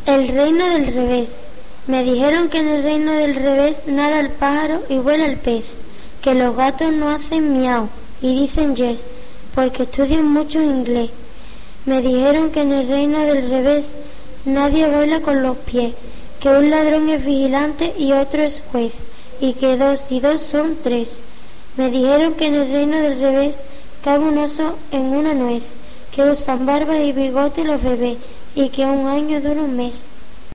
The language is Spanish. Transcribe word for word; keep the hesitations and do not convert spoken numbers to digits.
El reino del revés. Me dijeron que en el reino del revés nada el pájaro y vuela el pez, que los gatos no hacen miau y dicen yes, porque estudian mucho inglés. Me dijeron que en el reino del revés nadie baila con los pies, que un ladrón es vigilante y otro es juez, y que dos y dos son tres. Me dijeron que en el reino del revés cabe un oso en una nuez, que usan barba y bigote los bebés, y que un año dura un mes.